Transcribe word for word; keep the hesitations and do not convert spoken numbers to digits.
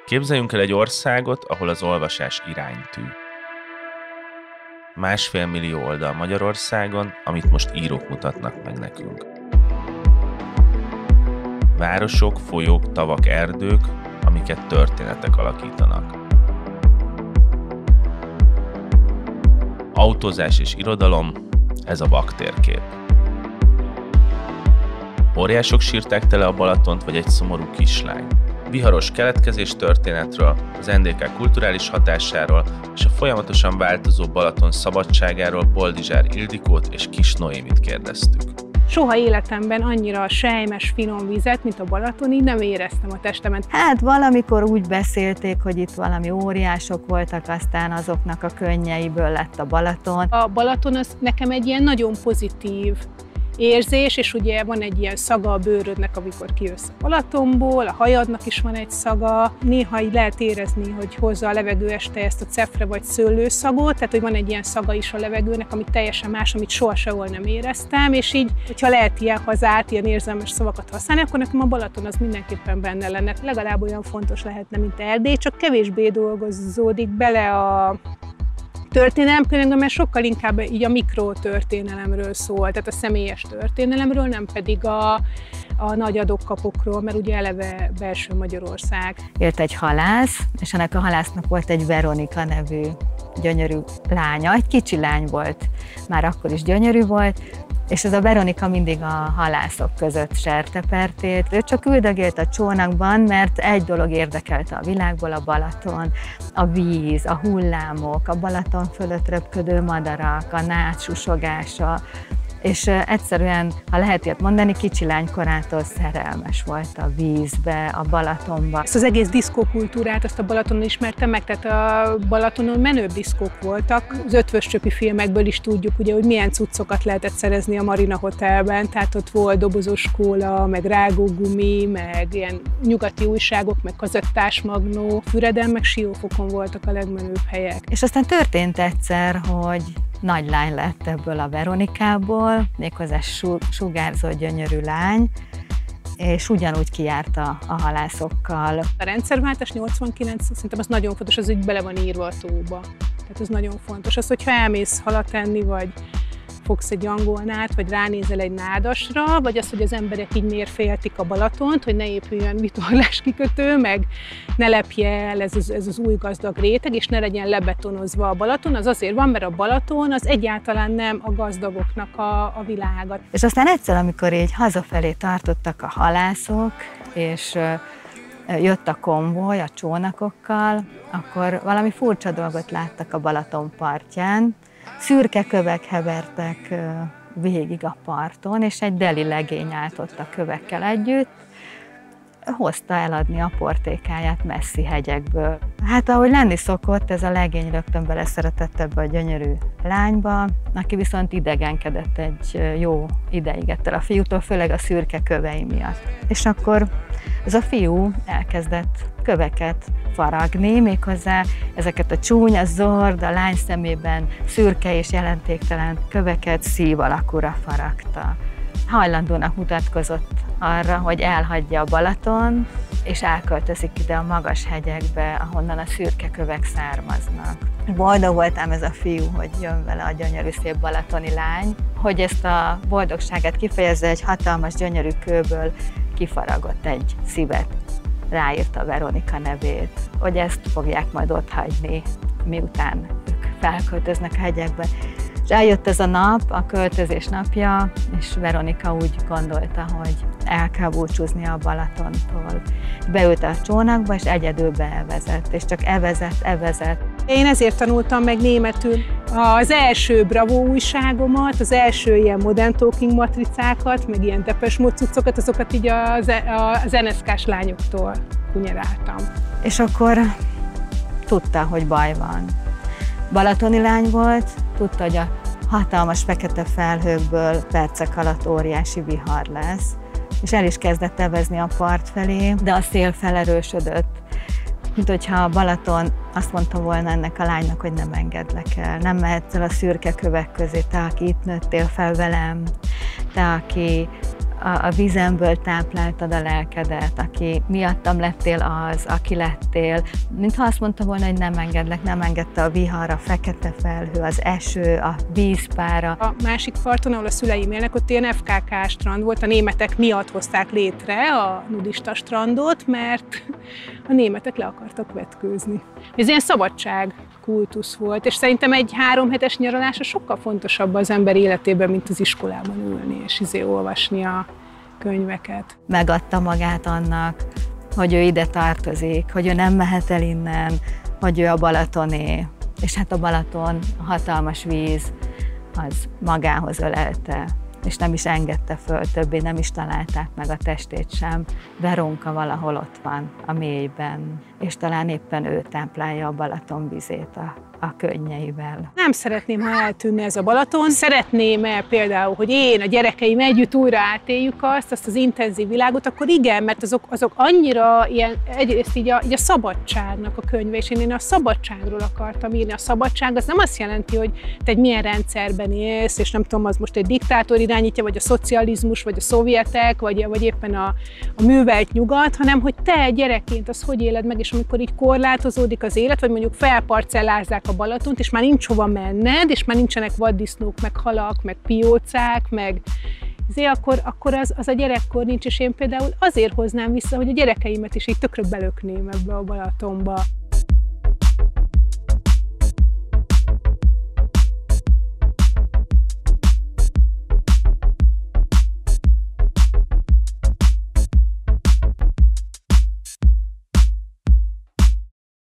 Képzeljünk el egy országot, ahol az olvasás iránytű. Másfél millió oldal Magyarországon, amit most írók mutatnak meg nekünk. Városok, folyók, tavak, erdők, amiket történetek alakítanak. Autózás és irodalom, ez a vaktérkép. Óriások sírták tele a Balatont, vagy egy szomorú kislány. Viharos keletkezés történetről, az en dé ká kulturális hatásáról és a folyamatosan változó Balaton szabadságáról Boldizsár Ildikót és Kis Noémit kérdeztük. Soha életemben annyira selymes, finom vizet, mint a Balaton, így nem éreztem a testemen. Hát valamikor úgy beszélték, hogy itt valami óriások voltak, aztán azoknak a könnyeiből lett a Balaton. A Balaton az nekem egy ilyen nagyon pozitív érzés, és ugye van egy ilyen szaga a bőrödnek, amikor kijössz a Balatonból, a hajadnak is van egy szaga. Néha így lehet érezni, hogy hozza a levegő este ezt a cefre vagy szőlőszagot, tehát hogy van egy ilyen szaga is a levegőnek, ami teljesen más, amit soha sehol nem éreztem, és így, hogyha lehet ilyen hazát, ilyen érzelmes szavakat használni, akkor nekem a Balaton az mindenképpen benne lenne. Legalább olyan fontos lehetne, mint Erdély, csak kevésbé dolgozódik bele a történelemkönyvekben, mert sokkal inkább így a mikrotörténelemről szól, tehát a személyes történelemről, nem pedig a, a nagy adok-kapokról, mert ugye eleve belső Magyarország. Élt egy halász, és ennek a halásznak volt egy Veronika nevű gyönyörű lánya, egy kicsi lány volt, már akkor is gyönyörű volt, és ez a Veronika mindig a halászok között sertepertét. Ő csak üldögélt a csónakban, mert egy dolog érdekelte a világból, a Balaton, a víz, a hullámok, a Balaton fölött röpködő madarak, a nád susogása, és egyszerűen, ha lehet ilyet mondani, kicsi lánykorától szerelmes volt a vízbe, a Balatonba. Ezt az egész diszkókultúrát, azt a Balatonon ismertem meg, tehát a Balatonon menőbb diszkók voltak. Az Ötvös Csöpi filmekből is tudjuk, ugye, hogy milyen cuccokat lehetett szerezni a Marina Hotelben, tehát ott volt dobozos kóla, meg rágógumi, meg ilyen nyugati újságok, meg kazettás magnó. Füreden, meg Siófokon voltak a legmenőbb helyek. És aztán történt egyszer, hogy nagy lány lett ebből a Veronikából, méghozzá sugárzó gyönyörű lány, és ugyanúgy kijárt a, a halászokkal. A rendszerváltás nyolcvankilenc, szerintem az nagyon fontos, az úgy bele van írva a tóba. Tehát ez nagyon fontos. Az, hogyha elmész halat enni, vagy fogsz egy angolnát, vagy ránézel egy nádasra, vagy az, hogy az emberek így miért féltik a Balatont, hogy ne épüljön vitorláskikötő, meg ne lepje el ez az, ez az új gazdag réteg, és ne legyen lebetonozva a Balaton, az azért van, mert a Balaton az egyáltalán nem a gazdagoknak a, a világa. És aztán egyszer, amikor így hazafelé tartottak a halászok, és jött a konvoj a csónakokkal, akkor valami furcsa dolgot láttak a Balaton partján. Szürke kövek hevertek végig a parton, és egy deli legény állt ott a kövekkel együtt, hozta eladni a portékáját messzi hegyekből. Hát ahogy lenni szokott, ez a legény rögtön beleszeretett ebbe a gyönyörű lányba, aki viszont idegenkedett egy jó ideig ettől a fiútól, főleg a szürke kövei miatt. És akkor ez a fiú elkezdett köveket faragni, méghozzá ezeket a csúnya, zord, a lány szemében szürke és jelentéktelen köveket szív alakúra faragta. Hajlandónak mutatkozott arra, hogy elhagyja a Balaton, és elköltözik ide a magas hegyekbe, ahonnan a szürke kövek származnak. Boldog voltam ez a fiú, hogy jön vele a gyönyörű szép balatoni lány, hogy ezt a boldogságát kifejezze, egy hatalmas gyönyörű kőből kifaragott egy szívet. Ráírta Veronika nevét, hogy ezt fogják majd otthagyni, miután ők felköltöznek a hegyekbe. És eljött ez a nap, a költözés napja, és Veronika úgy gondolta, hogy el kell búcsúzni a Balatontól. Beült a csónakba, és egyedül beevezett, és csak evezett, evezett. Én ezért tanultam meg németül az első Bravo újságomat, az első ilyen modern talking matricákat, meg ilyen Depeche Mode cuccokat, azokat így az, az en es ká-s lányoktól kunyeráltam. És akkor tudta, hogy baj van. Balatoni lány volt, tudta, hogy a hatalmas fekete felhőkből percek alatt óriási vihar lesz, és el is kezdett evezni a part felé, de a szél felerősödött, mint hogyha a Balaton azt mondta volna ennek a lánynak, hogy nem engedlek el, nem mehetsz el a szürke kövek közé, te, aki itt nőttél fel velem, te, aki a, a vízemből tápláltad a lelkedet, aki miattam lettél az, aki lettél. Mintha azt mondta volna, hogy nem engedlek, nem engedte a vihar, a fekete felhő, az eső, a vízpára. A másik parton, ahol a szüleim élnek, ott ilyen ef ká ká strand volt, a németek miatt hozták létre a nudista strandot, mert a németek le akartak vetkőzni. Ez ilyen szabadság kultusz volt, és szerintem egy három hetes nyaralása sokkal fontosabb az ember életében, mint az iskolában ülni és izé olvasni a könyveket. Megadta magát annak, hogy ő ide tartozik, hogy ő nem mehet el innen, hogy ő a Balatoné. És hát a Balaton, a hatalmas víz, az magához ölelte, és nem is engedte föl többé, nem is találták meg a testét sem. Veronka valahol ott van, a mélyben, és talán éppen ő táplálja a Balaton vizét a, a könnyeivel. Nem szeretném, ha eltűnne ez a Balaton. Szeretném-e például, hogy én, a gyerekeim együtt újra átéljük azt, azt az intenzív világot, akkor igen, mert azok, azok annyira ilyen, egyrészt így a, így a szabadságnak a könyve, és én, én a szabadságról akartam írni. A szabadság az nem azt jelenti, hogy te egy milyen rendszerben élsz, és nem tudom, az most egy diktátor irányítja, vagy a szocializmus, vagy a szovjetek, vagy, vagy éppen a, a művelt nyugat, hanem hogy te gyerekként azt hogy éled meg, és amikor így korlátozódik az élet, vagy mondjuk felparcellázzák a Balatont, és már nincs hova menned, és már nincsenek vaddisznók, meg halak, meg piócák, meg azért, akkor, akkor az, az a gyerekkor nincs, és én például azért hoznám vissza, hogy a gyerekeimet is így tökre belökném ebbe a Balatonba.